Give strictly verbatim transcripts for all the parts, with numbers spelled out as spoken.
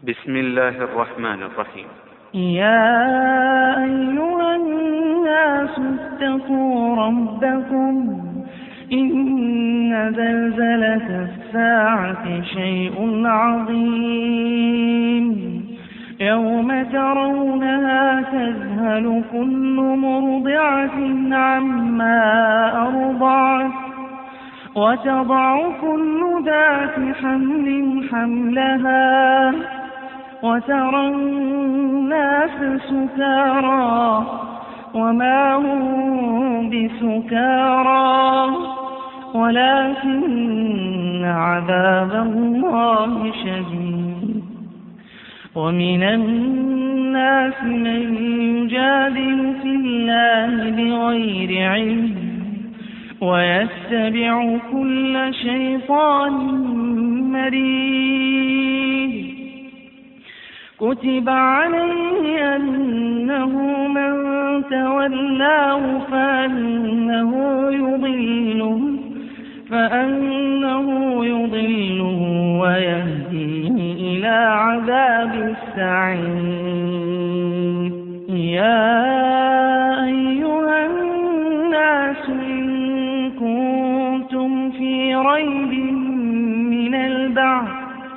بسم الله الرحمن الرحيم. يا أيها الناس اتقوا ربكم إن زلزلة الساعة شيء عظيم يوم ترونها تذهل كل مرضعة عما أرضعت وتضع كل ذات حمل حملها وترى الناس سكارى وما هم بسكارى ولكن عذاب الله شديد. ومن الناس من يجادل في الله بغير علم ويتبع كل شيطان مريد. كتب عليه أنه من تولاه فأنه يضله فأنه يضله ويهديه إلى عذاب السعير. يا أيها الناس إن كنتم في ريب من البعث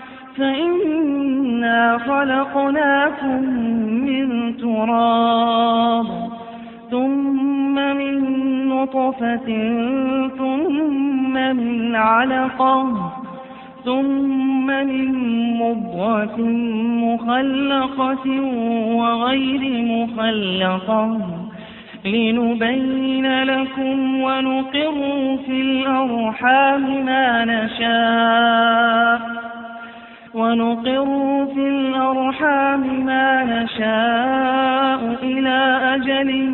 فإنا خلقناكم من تراب ثم من نطفة ثم من علقة ثم من مضغة مخلقة وغير مخلقة لنبين لكم ونقر في الأرحام ما نشاء ونقر في الأرحام ما نشاء إلى أجل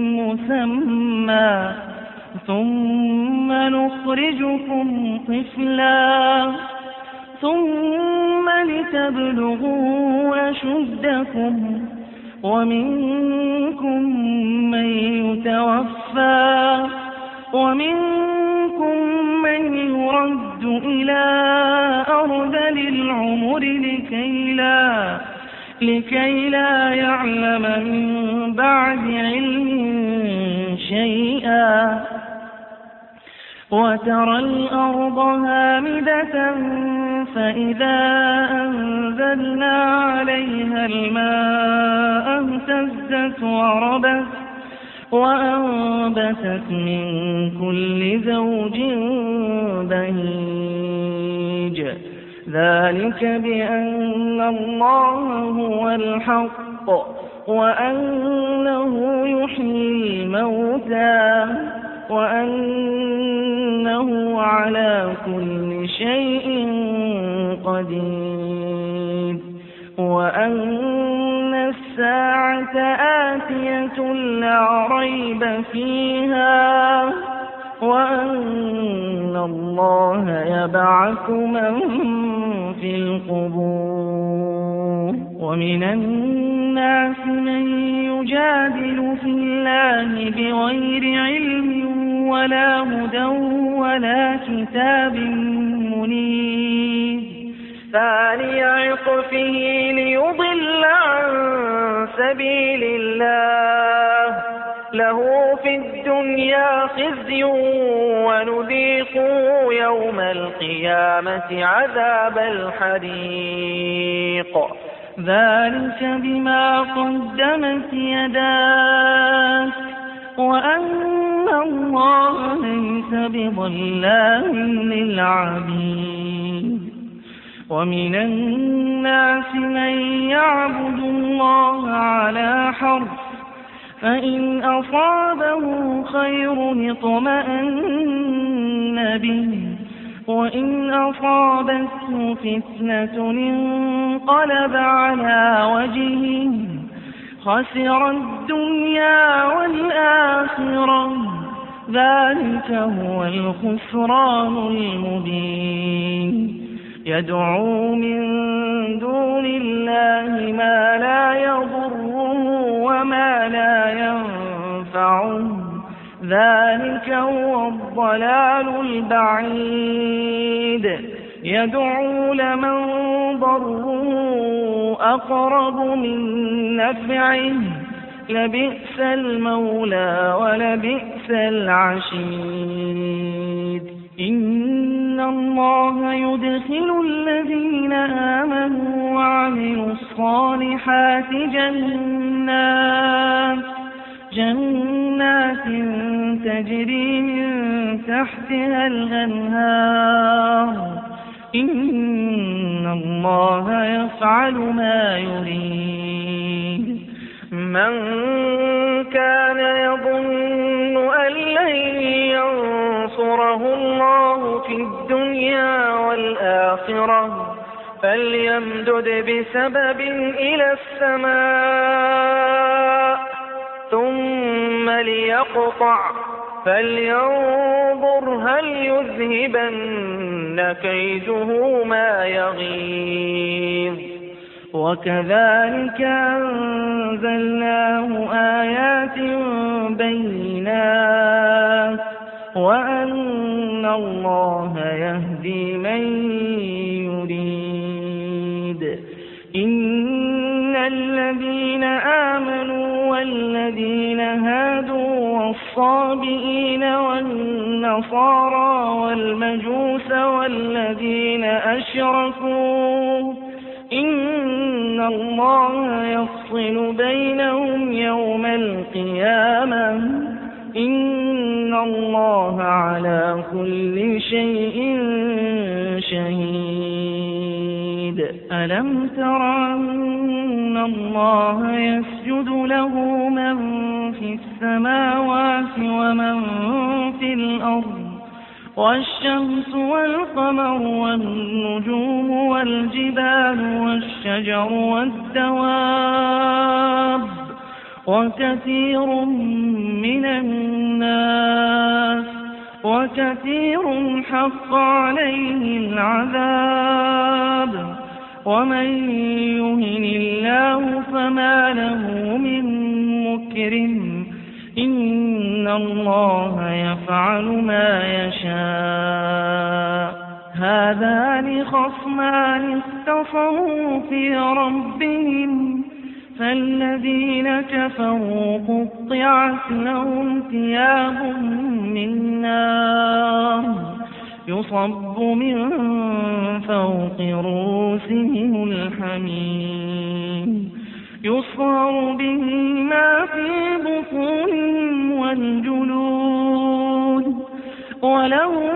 مسمى ثم نخرجكم طفلا ثم لتبلغوا أشدكم ومنكم من يتوفى ومنكم من يرد إلى أرذل العمر لكي لا, لكي لا يعلم من بعد علم شيئا. وترى الأرض هامدة فإذا أنزلنا عليها الماء اهتزت وربت وأنبتت من كل زوج بهيج. ذلك بأن الله هو الحق وأنه يحيي الموتى وأنه على كل شيء قدير وأن الساعة آتية لا ريب فيها وأن الله يبعث من في القبور. ومن الناس من يجادل في الله بغير علم ولا هدى ولا كتاب منير. ثاني عطفه ليضل عن سبيل الله له في الدنيا خزي ونذيقه يوم القيامة عذاب الحريق. ذلك بما قدمت يداك وأن الله ليس بظلام للعبيد. ومن الناس من يعبد الله على حرف فإن أصابه خير اطمأن به وإن أصابته فتنة انقلب على وجهه خسر الدنيا والآخرة. ذلك هو الخسران المبين. يدعو من دون الله ما لا يضره وما لا ينفعه ذلك هو الضلال البعيد. يدعو لمن ضره أقرب من نفعه لبئس المولى ولبئس العشير. إن الله يدخل الذين آمنوا وعملوا الصالحات جنات جنات تجري من تحتها الأنهار إن الله يفعل ما يريد. من كان يظن أن لن ينصره الله في الدنيا والآخرة فليمدد بسبب إلى السماء ثم ليقطع فلينظر هل يذهبن كيده ما يغيظ. وكذلك أنزلناه آيات بينات وأن الله يهدي من يريد. إن الذين آمنوا والذين هادوا والصابئين والنصارى والمجوس والذين أشركوا إن الله يفصل بينهم يوم القيامة إن الله على كل شيء شهيد. ألم تر أن الله يسجد له من في السماوات ومن في الأرض والشمس والقمر والنجوم والجبال والشجر والدواب وكثير من الناس وكثير حق عليه العذاب ومن يهن الله فما له من مكرم إن الله يفعل ما يشاء. هذان خصمان اختصموا في ربهم فالذين كفروا قطعت لهم ثياب من نار يصب من فوق رؤوسهم الحميم يصهر به ما في بطونهم والجلود ولهم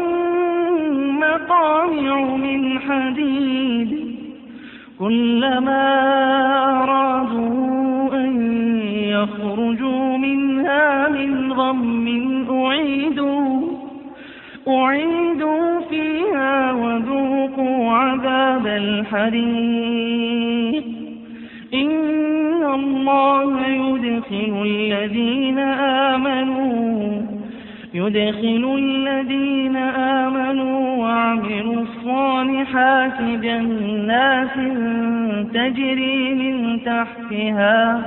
مقامع من حديد كلما أرادوا أن يخرجوا منها من غم أعيدوا أعيدوا فيها وذوقوا عذاب الحريق. إن الله يدخل الذين آمنوا يدخل الذين آمنوا وعملوا الصالحات جنات تجري من تحتها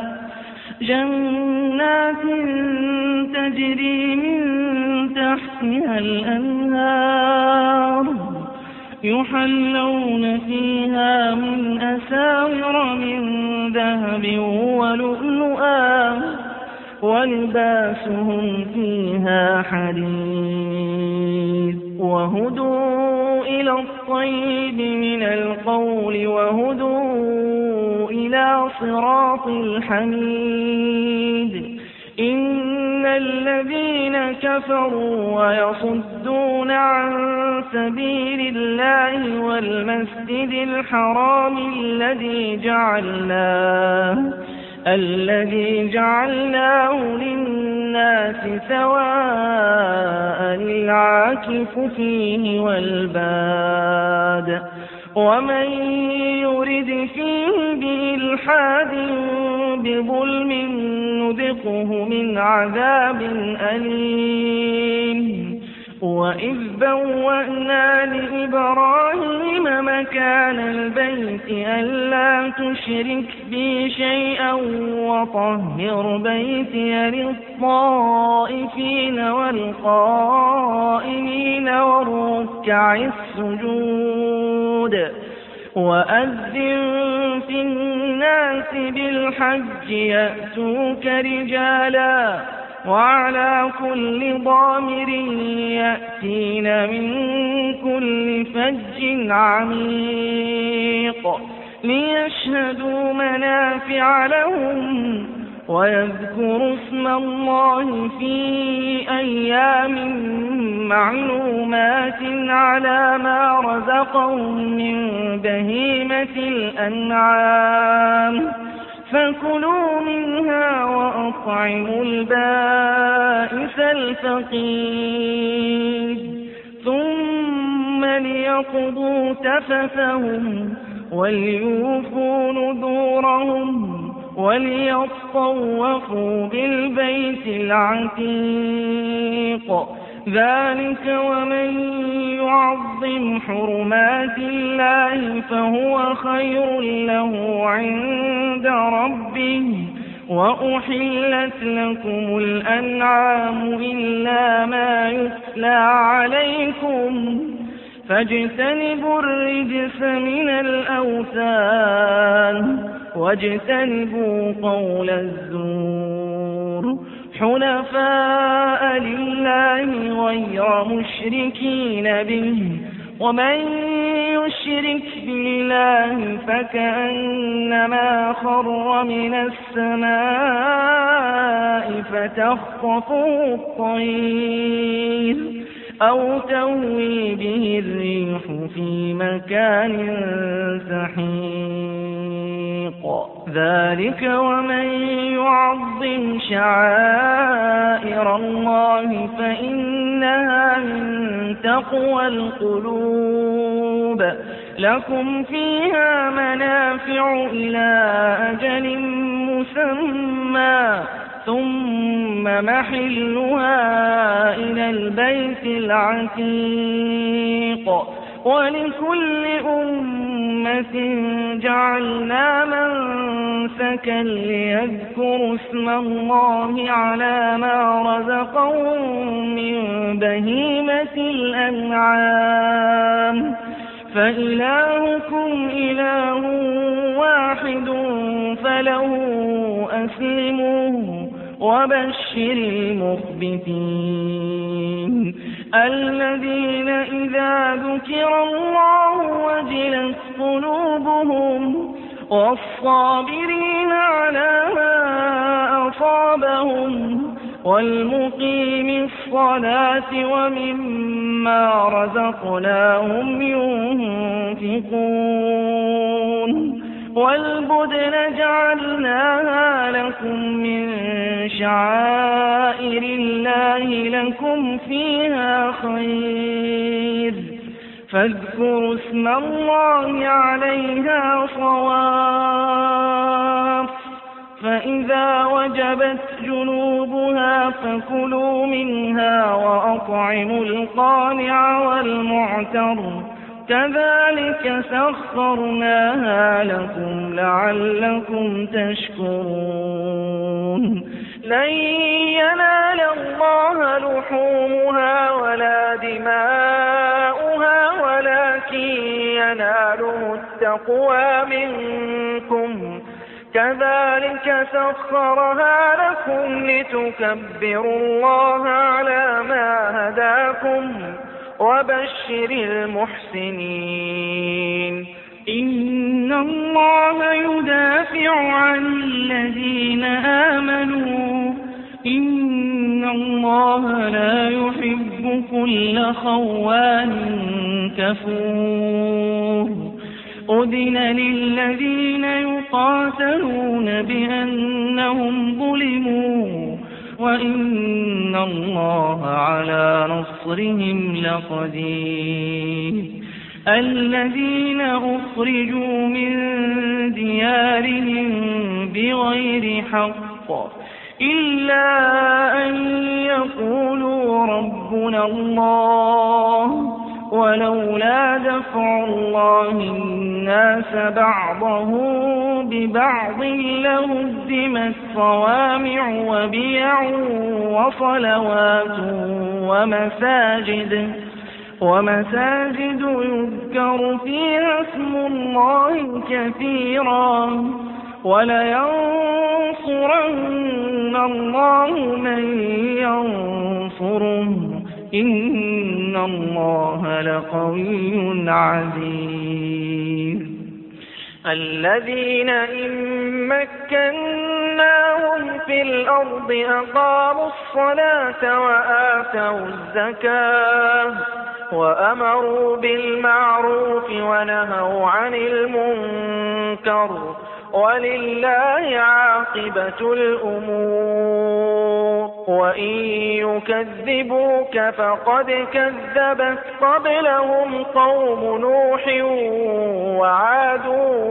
جنات تجري من تحتها الأنهار يحلون فيها من أساور من ذهب ولؤلؤا ولباسهم فيها حرير وهدوا إلى الطيب من القول وهدوا إلى صراط الحميد. إن الذين كفروا ويصدون عن سبيل الله والمسجد الحرام الذي جعلناه الذي جعلناه للناس سواء العاكف فيه والباد ومن يرد فيه بإلحاد بظلم نذقه من عذاب أليم. وإذ بوأنا لإبراهيم مكان البيت ألا تشرك بي شيئا وطهر بيتي للطائفين والقائمين والركع السجود وأذن في بالحج يأتوك رجالا وعلى كل ضامر يأتين من كل فج عميق ليشهدوا منافع لهم ويذكروا اسم الله في أيام معلومات على ما رزقهم من بهيمة الأنعام فكلوا منها وأطعموا البائس الفقير ثم ليقضوا تفثهم وليوفوا نذورهم وليطوفوا بالبيت العتيق ذلك ومن يعظم حرمات الله فهو خير له عند ربه وأحلت لكم الأنعام إلا ما يتلى عليكم فاجتنبوا الرجس من الأوثان واجتنبوا قول الزور حنفاء لله غير مشركين به ومن يشرك بالله فكأنما خر من السماء فتخطفه الطير أو تهوي به الريح في مكان سحيق ذلك ومن يعظم شعائر الله فإنها من تقوى القلوب لكم فيها منافع إلى أجل مسمى ثم محلها إلى البيت العتيق ولكل أمة جعلنا منسكا ليذكروا اسم الله على ما رزقهم من بهيمة الأنعام فإلهكم إله واحد فله أسلموا وبشر المخبتين الذين إذا ذكر الله وجلت قلوبهم والصابرين على ما أصابهم والمقيم الصلاة ومما رزقناهم ينفقون والبدن جعلناها لكم من شعائر الله لكم فيها خير فاذكروا اسم الله عليها صواف فإذا وجبت جنوبها فكلوا منها وأطعموا القانع والمعتر كذلك سخرناها لكم لعلكم تشكرون لن ينال الله لحومها ولا دماؤها ولكن يناله التقوى منكم كذلك سخرها لكم لتكبروا الله على ما هداكم وبشر المحسنين إن الله يدافع عن الذين آمنوا إن الله لا يحب كل خوان كفور أذن للذين يقاتلون بأنهم ظلموا وإن الله على نصرهم لقدير الذين أخرجوا من ديارهم بغير حق إلا أن يقولوا ربنا الله ولولا دفع الله الناس بعضهم ببعض لهدمت صوامع وبيع وصلوات ومساجد ومساجد يذكر فيها اسم الله كثيرا ولينصرن الله من ينصره إن الله لقوي عزيز. الذين إن مكناهم في الأرض أقاموا الصلاة وآتوا الزكاة وأمروا بالمعروف ونهوا عن المنكر ولله عاقبة الأمور. وإن يكذبوك فقد كذبت قبلهم قوم نوح وعاد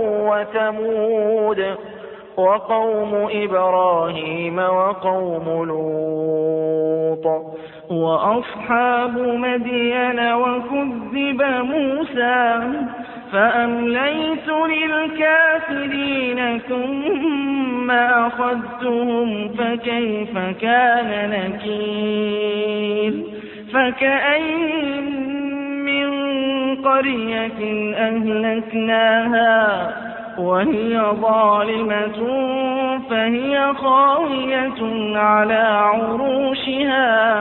وثمود وقوم إبراهيم وقوم لوط وأصحاب مدين وكذب موسى فأمليت للكافرين ثم أخذتهم فكيف كان نكير. فكأين من قرية أهلكناها وهي ظالمة فهي خاوية على عروشها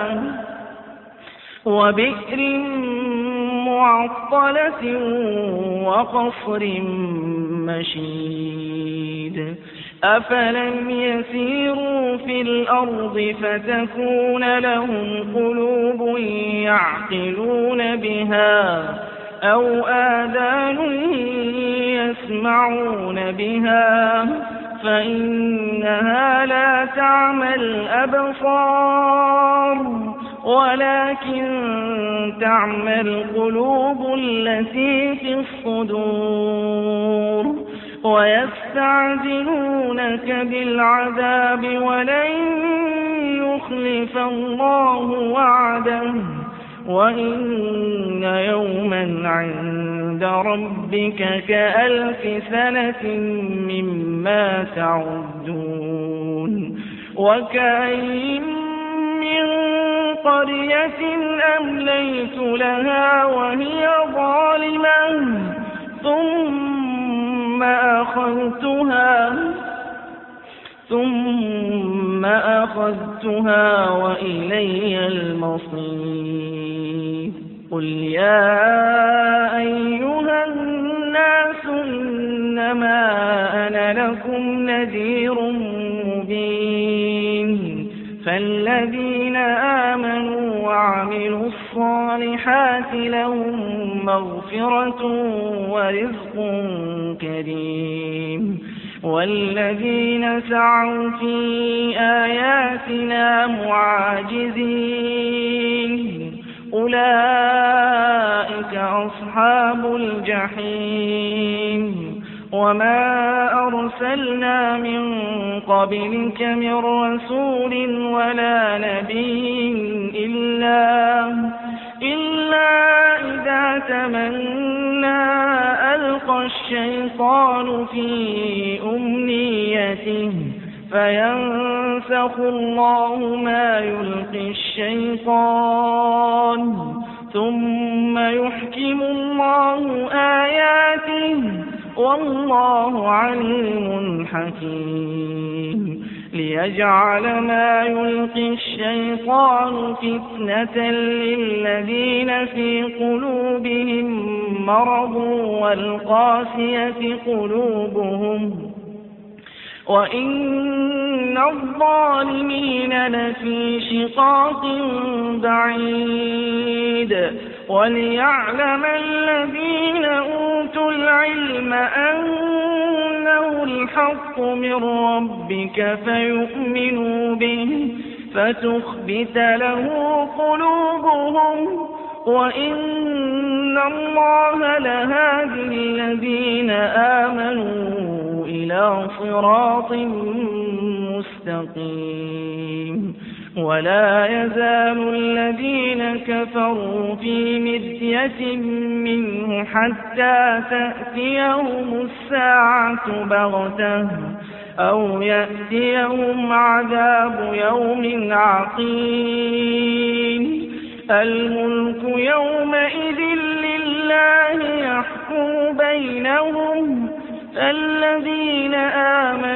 وبئر معطلة وقصر مشيد. أفلم يسيروا في الأرض فتكون لهم قلوب يعقلون بها أو آذان يسمعون بها فإنها لا تعمى الأبصار ولكن تعمى القلوب التي في الصدور. ويستعجلونك بالعذاب ولن يخلف الله وعده وإن يوما عند ربك كألف سنة مما تعدون. وكأين من قرية أمليت لها وهي ظالمة ثم أخذتها ثم أخذتها وإلي المصير. قل يا أيها الناس إنما أنا لكم نذير مبين. فالذين آمنوا وعملوا الصالحات لهم مغفرة ورزق كريم. والذين سعوا في آياتنا معاجزين أولئك أصحاب الجحيم. وما أرسلنا من قبلك من رسول ولا نبي إلا, إلا إذا تمنى ألقى الشيطان في أمنيته فينسخ الله ما يلقي الشيطان ثم يحكم الله آياته والله عليم حكيم. ليجعل ما يلقي الشيطان فتنة للذين في قلوبهم مرض والقاسية قلوبهم وإن الظالمين لفي شقاق بعيد. وليعلم الذين أوتوا العلم أنه الحق من ربك فيؤمنوا به فتخبت له قلوبهم وإن الله لهادي الذين آمنوا إلى صراط مستقيم. ولا يزال الذين كفروا في مرية منه حتى تأتيهم الساعة بغتة أو يأتيهم عذاب يوم عقيم. الملك يومئذ لله يحكم بينهم فالذين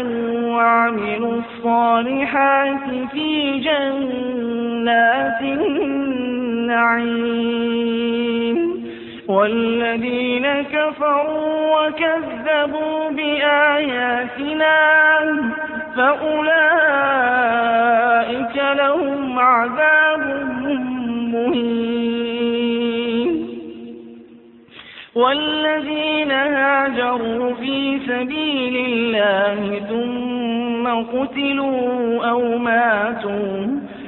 في جنات النعيم والذين كفروا وكذبوا بآياتنا فأولئك لهم عذاب مهين والذين هاجروا في سبيل الله ثم قتلوا أو ماتوا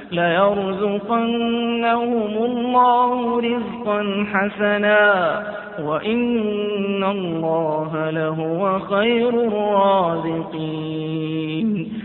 ليرزقنهم الله رزقا حسنا وإن الله لهو خير الرازقين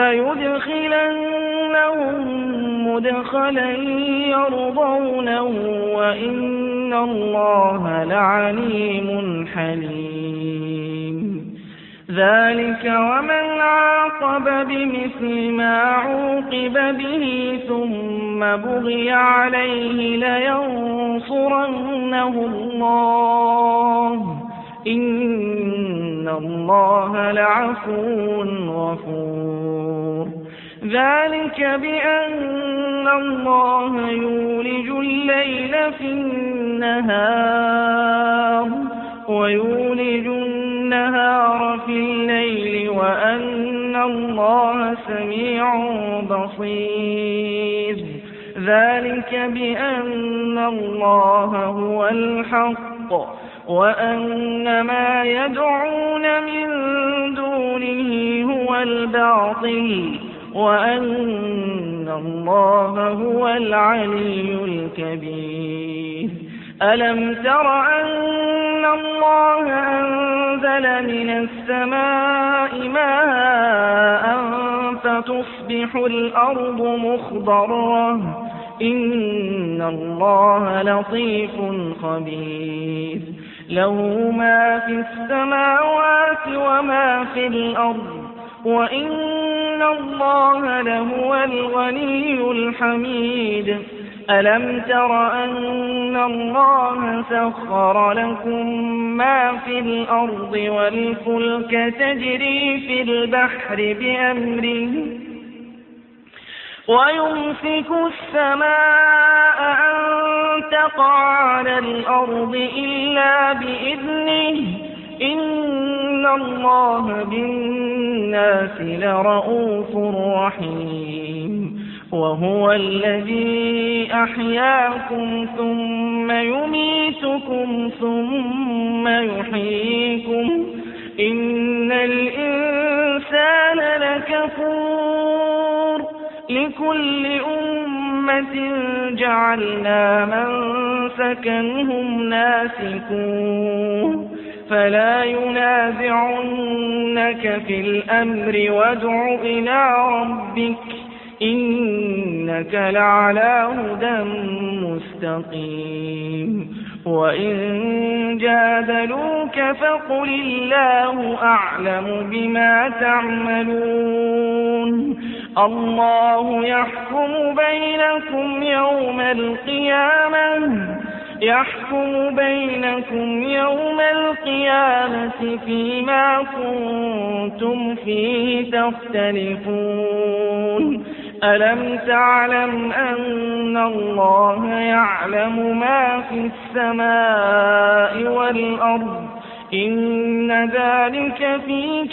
ليدخلنهم مدخلا يرضونه وإن الله لعليم حليم ذلك ومن عاقب بمثل ما عوقب به ثم بغي عليه لينصرنه الله إن الله لعفو غفور ذلك بأن الله يولج الليل في النهار ويولج النهار في الليل وأن الله سميع بصير ذلك بأن الله هو الحق وأن ما يدعون من دونه هو الباطل وأن الله هو العلي الكبير ألم تر أن الله أنزل من السماء ماء فتصبح الأرض مخضرة إن الله لطيف خبير له ما في السماوات وما في الأرض وإن الله لهو الغني الحميد ألم تر أن الله سخر لكم ما في الأرض والفلك تجري في البحر بأمره ويمسك السماء أن تقع على الأرض إلا بإذنه إن الله بالناس لرؤوف رحيم وهو الذي أحياكم ثم يميتكم ثم يحييكم إن الإنسان لكفور لكل أمة جعلنا منسكا هم ناسكوه فلا ينازعنك في الأمر وادع إلى ربك إنك لعلى هدى مستقيم وإن جادلوك فقل الله أعلم بما تعملون الله يحكم بينكم يوم القيامة يحكم بينكم يوم القيامة فيما كنتم فيه تختلفون ألم تعلم أن الله يعلم ما في السماء والأرض إن ذلك في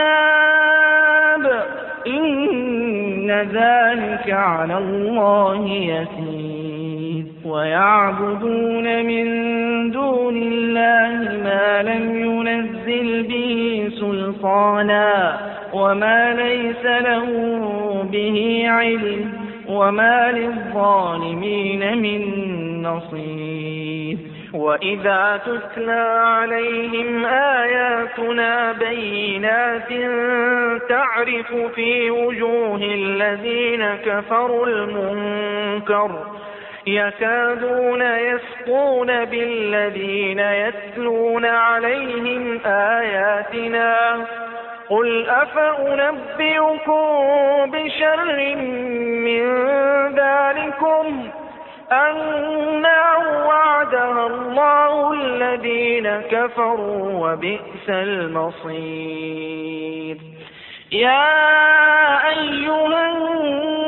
كتاب إن ذلك على الله يسير ويعبدون من دون الله ما لم ينزل به سلطانا وما ليس له به علم وما للظالمين من نصير وإذا تتلى عليهم آياتنا بينات تعرف في وجوه الذين كفروا المنكر يكادون يسقون بالذين يتلون عليهم آياتنا قل أفأنبئكم بشر من ذلكم النار وعدها الله الذين كفروا وبئس المصير يا أيها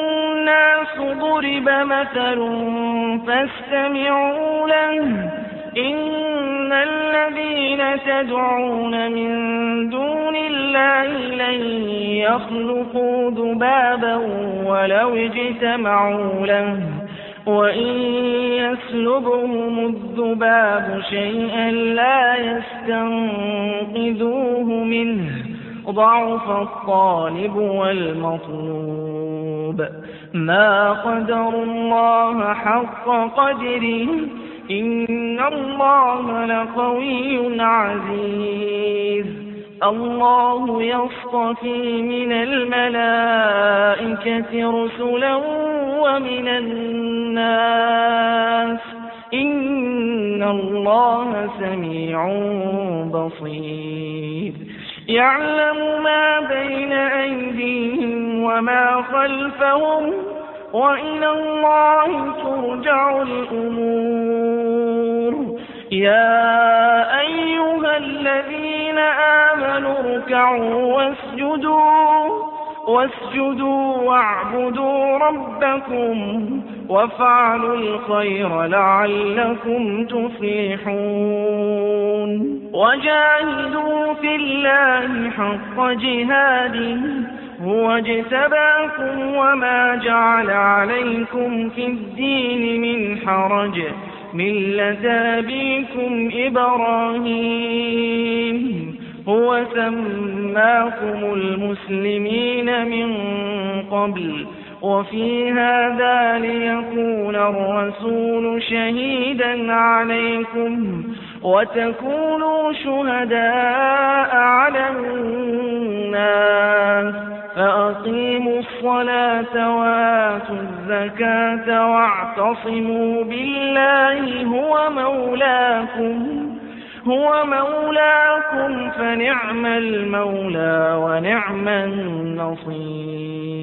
ضرب مثل فاستمعوا له إن الذين تدعون من دون الله لن يخلقوا ذبابا ولو اجتمعوا له وإن يسلبهم الذباب شيئا لا يستنقذوه منه ضعف الطالب والمطلوب ما قدروا الله حق قدره إن الله لقوي عزيز الله يصطفي من الملائكة رسلا ومن الناس إن الله سميع بصير يعلم ما بين أيديهم وما خلفهم وإلى الله ترجع الأمور يا أيها الذين آمنوا اركعوا واسجدوا واسجدوا واعبدوا ربكم وافعلوا الخير لعلكم تفلحون وجاهدوا في الله حق جهاده هو اجتباكم وما جعل عليكم في الدين من حرج ملة أبيكم إبراهيم هو سماكم المسلمين من قبل وفي هذا ليكون الرسول شهيدا عليكم وتكونوا شهداء على الناس فأقيموا الصلاة وآتوا الزكاة واعتصموا بالله هو مولاكم هو مولاكم فنعم المولى ونعم النصير